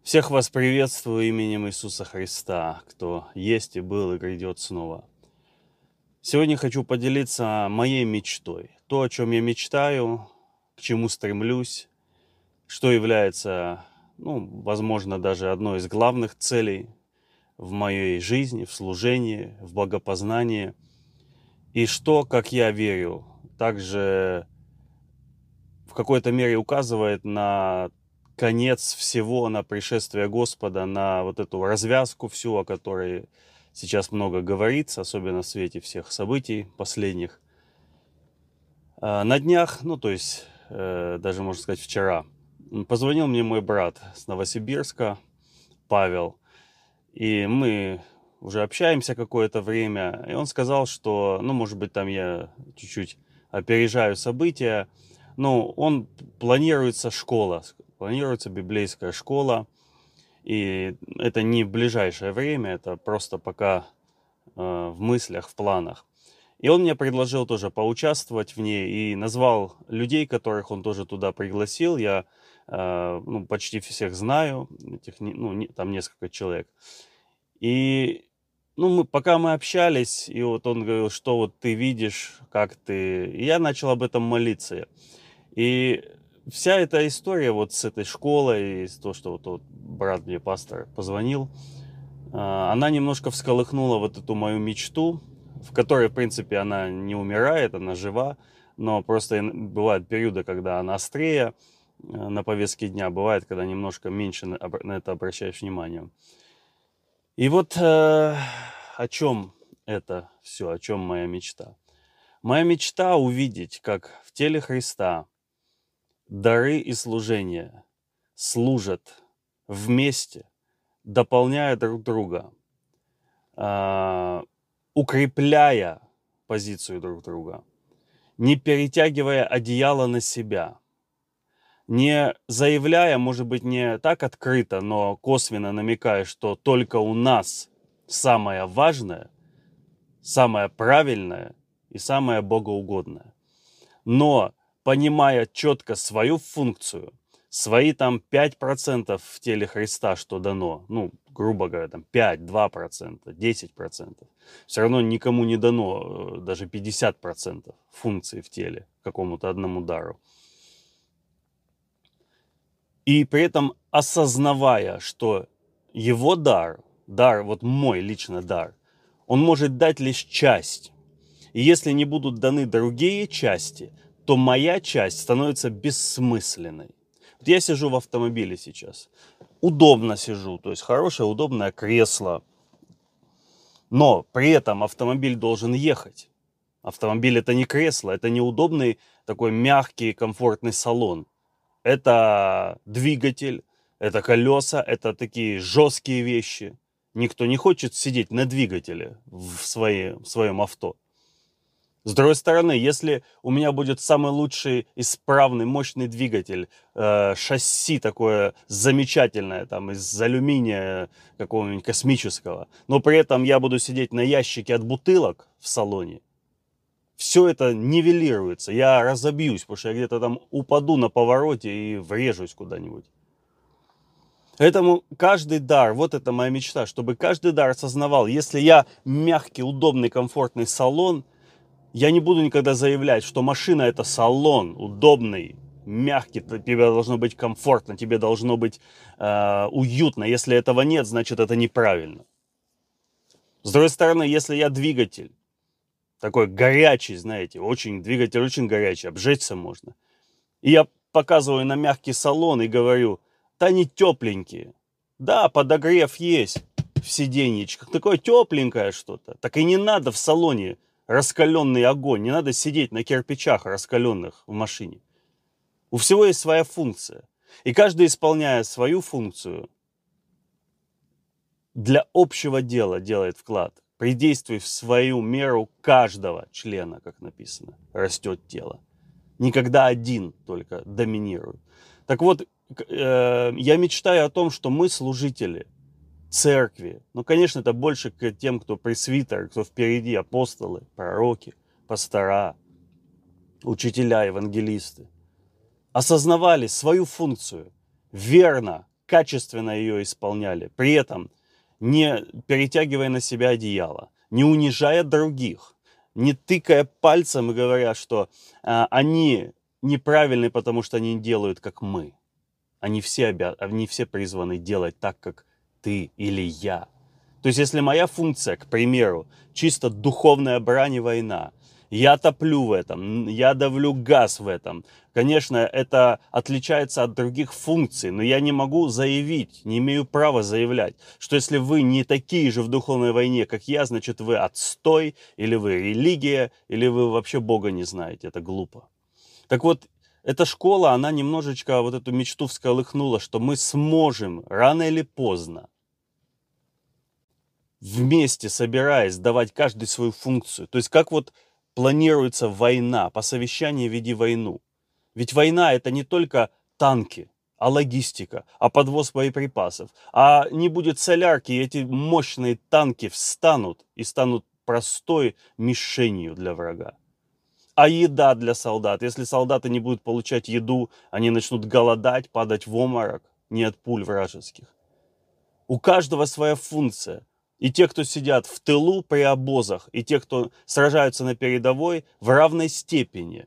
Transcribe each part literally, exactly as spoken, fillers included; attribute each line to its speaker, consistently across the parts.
Speaker 1: Всех вас приветствую именем Иисуса Христа, кто есть и был и грядет снова. Сегодня хочу поделиться моей мечтой. То, о чем я мечтаю, к чему стремлюсь, что является, ну, возможно, даже одной из главных целей в моей жизни, в служении, в богопознании. И что, как я верю, также в какой-то мере указывает на конец всего, на пришествие Господа, на вот эту развязку всю, о которой сейчас много говорится, особенно в свете всех событий последних. На днях, ну то есть э, даже можно сказать вчера, позвонил мне мой брат с Новосибирска, Павел, и мы уже общаемся какое-то время, и он сказал, что, ну может быть там я чуть-чуть опережаю события, но он планируется школа, планируется библейская школа, и это не в ближайшее время, это просто пока э, в мыслях, в планах. И он мне предложил тоже поучаствовать в ней и назвал людей, которых он тоже туда пригласил. Я э, ну, почти всех знаю, этих, ну, не, там несколько человек. И ну, мы, пока мы общались, и вот он говорил, что вот ты видишь, как ты... И я начал об этом молиться. И вся эта история вот с этой школой, и с то, что вот, вот брат мне, пастор, позвонил, она немножко всколыхнула вот эту мою мечту, в которой, в принципе, она не умирает, она жива, но просто бывают периоды, когда она острее на повестке дня, бывает, когда немножко меньше на это обращаешь внимание. И вот э, о чем это все, о чем моя мечта? Моя мечта увидеть, как в теле Христа дары и служения служат вместе, дополняя друг друга, э, укрепляя позицию друг друга, не перетягивая одеяло на себя, не заявляя, может быть, не так открыто, но косвенно намекая, что только у нас самое важное, самое правильное и самое богоугодное. Но понимая четко свою функцию, свои там пять процентов в теле Христа, что дано, ну, грубо говоря, там пять-два процента, десять процентов, все равно никому не дано даже пятьдесят процентов функций в теле какому-то одному дару. И при этом осознавая, что его дар, дар, вот мой лично дар, он может дать лишь часть. И если не будут даны другие части, то моя часть становится бессмысленной. Вот я сижу в автомобиле сейчас. Удобно сижу, то есть хорошее, удобное кресло. Но при этом автомобиль должен ехать. Автомобиль это не кресло, это неудобный такой мягкий, комфортный салон. Это двигатель, это колеса, это такие жесткие вещи. Никто не хочет сидеть на двигателе в, своей, в своем авто. С другой стороны, если у меня будет самый лучший, исправный, мощный двигатель, э, шасси такое замечательное, там, из алюминия какого-нибудь космического, но при этом я буду сидеть на ящике от бутылок в салоне, все это нивелируется, я разобьюсь, потому что я где-то там упаду на повороте и врежусь куда-нибудь. Поэтому каждый дар, вот это моя мечта, чтобы каждый дар осознавал, если я мягкий, удобный, комфортный салон, я не буду никогда заявлять, что машина это салон, удобный, мягкий, тебе должно быть комфортно, тебе должно быть э, уютно. Если этого нет, значит это неправильно. С другой стороны, если я двигатель, такой горячий, знаете, очень двигатель очень горячий, обжечься можно. И я показываю на мягкий салон и говорю, да они тепленькие. Да, подогрев есть в сиденьечках, такое тепленькое что-то. Так и не надо в салоне раскаленный огонь, не надо сидеть на кирпичах раскаленных в машине. У всего есть своя функция. И каждый, исполняя свою функцию, для общего дела делает вклад. При действии в свою меру каждого члена, как написано, растет тело. Никогда один только доминирует. Так вот, э, я мечтаю о том, что мы служители церкви. Ну, конечно, это больше к тем, кто пресвитер, кто впереди, апостолы, пророки, пастора, учителя, евангелисты. Осознавали свою функцию, верно качественно ее исполняли, при этом не перетягивая на себя одеяло, не унижая других, не тыкая пальцем и говоря, что а, они неправильны, потому что они делают, как мы. Они все, обя... они все призваны делать так, как ты или я. То есть, если моя функция, к примеру, чисто духовная брань и война, я топлю в этом, я давлю газ в этом. Конечно, это отличается от других функций, но я не могу заявить, не имею права заявлять, что если вы не такие же в духовной войне, как я, значит вы отстой, или вы религия, или вы вообще Бога не знаете. Это глупо. Так вот, эта школа, она немножечко вот эту мечту всколыхнула, что мы сможем рано или поздно, вместе собираясь, давать каждый свою функцию. То есть как вот планируется война, по совещанию веди войну. Ведь война это не только танки, а логистика, а подвоз боеприпасов. А не будет солярки, и эти мощные танки встанут и станут простой мишенью для врага. А еда для солдат. Если солдаты не будут получать еду, они начнут голодать, падать в обморок, не от пуль вражеских. У каждого своя функция. И те, кто сидят в тылу при обозах, и те, кто сражаются на передовой, в равной степени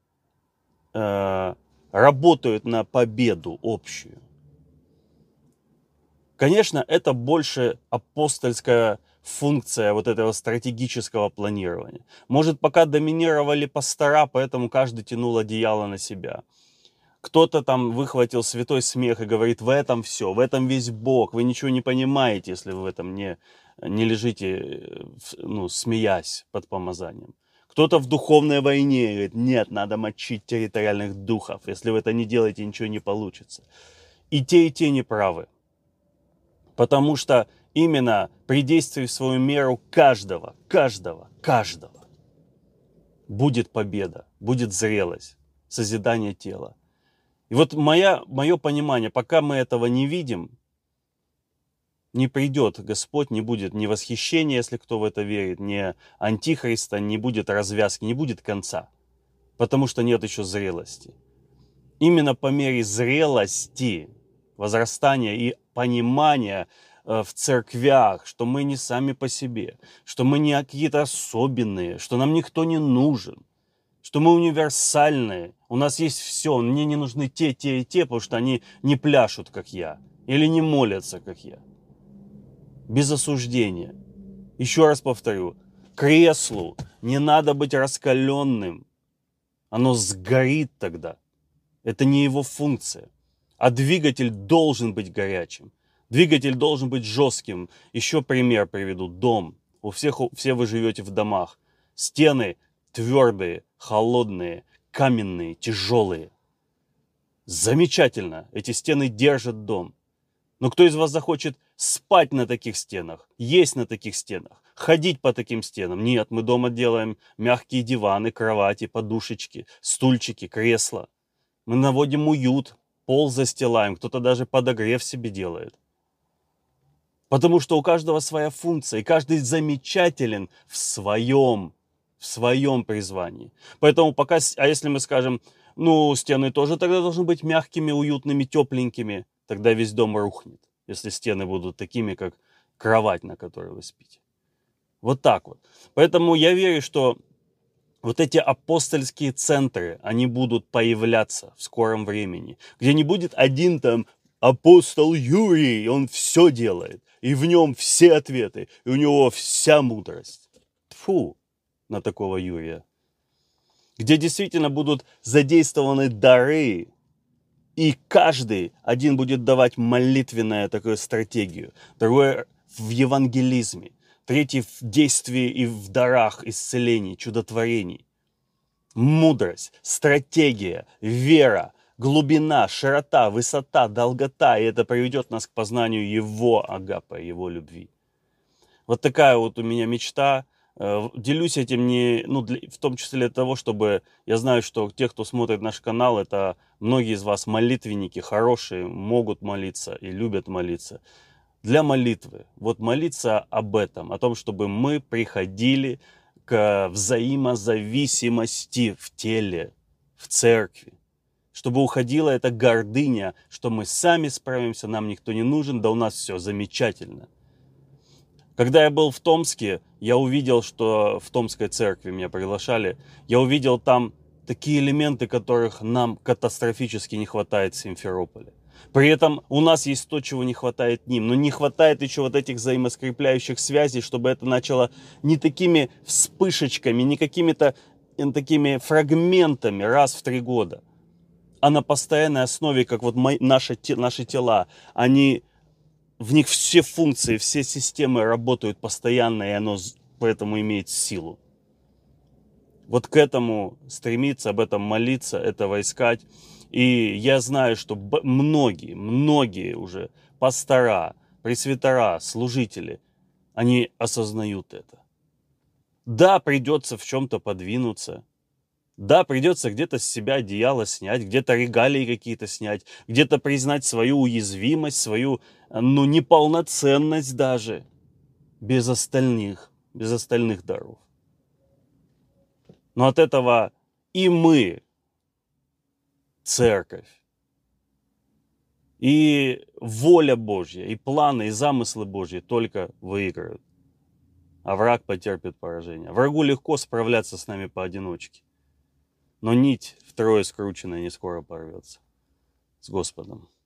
Speaker 1: э, работают на победу общую. Конечно, это больше апостольская функция вот этого стратегического планирования. Может, пока доминировали пастора, поэтому каждый тянул одеяло на себя. Кто-то там выхватил святой смех и говорит, в этом все, в этом весь Бог, вы ничего не понимаете, если вы в этом не, не лежите, ну, смеясь под помазанием. Кто-то в духовной войне говорит, нет, надо мочить территориальных духов, если вы это не делаете, ничего не получится. И те, и те неправы. Потому что именно при действии в свою меру каждого, каждого, каждого будет победа, будет зрелость, созидание тела. И вот моя, мое понимание, пока мы этого не видим, не придет Господь, не будет ни восхищения, если кто в это верит, ни антихриста, не будет развязки, не будет конца, потому что нет еще зрелости. Именно по мере зрелости, возрастания и понимания э, в церквях, что мы не сами по себе, что мы не какие-то особенные, что нам никто не нужен, что мы универсальные, у нас есть все, мне не нужны те, те и те, потому что они не пляшут, как я, или не молятся, как я. Без осуждения. Еще раз повторю, креслу не надо быть раскаленным, оно сгорит тогда. Это не его функция. А двигатель должен быть горячим. Двигатель должен быть жестким. Еще пример приведу. Дом. У всех, все вы живете в домах. Стены твердые, холодные, каменные, тяжелые. Замечательно. Эти стены держат дом. Но кто из вас захочет спать на таких стенах, есть на таких стенах, ходить по таким стенам? Нет, мы дома делаем мягкие диваны, кровати, подушечки, стульчики, кресла. Мы наводим уют, пол застилаем, кто-то даже подогрев себе делает. Потому что у каждого своя функция, и каждый замечателен в своем, в своем призвании. Поэтому пока, а если мы скажем, ну, стены тоже тогда должны быть мягкими, уютными, тепленькими, тогда весь дом рухнет, если стены будут такими, как кровать, на которой вы спите. Вот так вот. Поэтому я верю, что вот эти апостольские центры, они будут появляться в скором времени, где не будет один там апостол Юрий, он все делает, и в нем все ответы, и у него вся мудрость. Тьфу на такого Юрия. Где действительно будут задействованы дары, и каждый один будет давать молитвенную такую стратегию, другой в евангелизме, третий в действии и в дарах исцелений, чудотворений. Мудрость, стратегия, вера, глубина, широта, высота, долгота, и это приведет нас к познанию Его агапы, Его любви. Вот такая вот у меня мечта. Делюсь этим не, ну, для, в том числе для того, чтобы я знаю, что те, кто смотрит наш канал, это многие из вас молитвенники, хорошие, могут молиться и любят молиться. Для молитвы. Вот молиться об этом, о том, чтобы мы приходили к взаимозависимости в теле, в церкви. чтобы уходила эта гордыня, что мы сами справимся, нам никто не нужен, да у нас все замечательно. Когда я был в Томске, я увидел, что в Томской церкви меня приглашали, я увидел там такие элементы, которых нам катастрофически не хватает в Симферополе. При этом у нас есть то, чего не хватает ним. Но не хватает еще вот этих взаимоскрепляющих связей, чтобы это начало не такими вспышечками, не какими-то такими фрагментами раз в три года, а на постоянной основе, как вот мои, наши, наши тела, они, в них все функции, все системы работают постоянно, и оно поэтому имеет силу. Вот к этому стремиться, об этом молиться, этого искать. И я знаю, что многие, многие уже пастора, пресвитера, служители, они осознают это. Да, придется в чем-то подвинуться. Да, придется где-то с себя одеяло снять, где-то регалии какие-то снять, где-то признать свою уязвимость, свою, ну, неполноценность даже, без остальных, без остальных даров. Но от этого и мы, церковь, и воля Божья, и планы, и замыслы Божьи только выиграют. А враг потерпит поражение. Врагу легко справляться с нами поодиночке. Но нить втрое скрученная не скоро порвется. С Господом.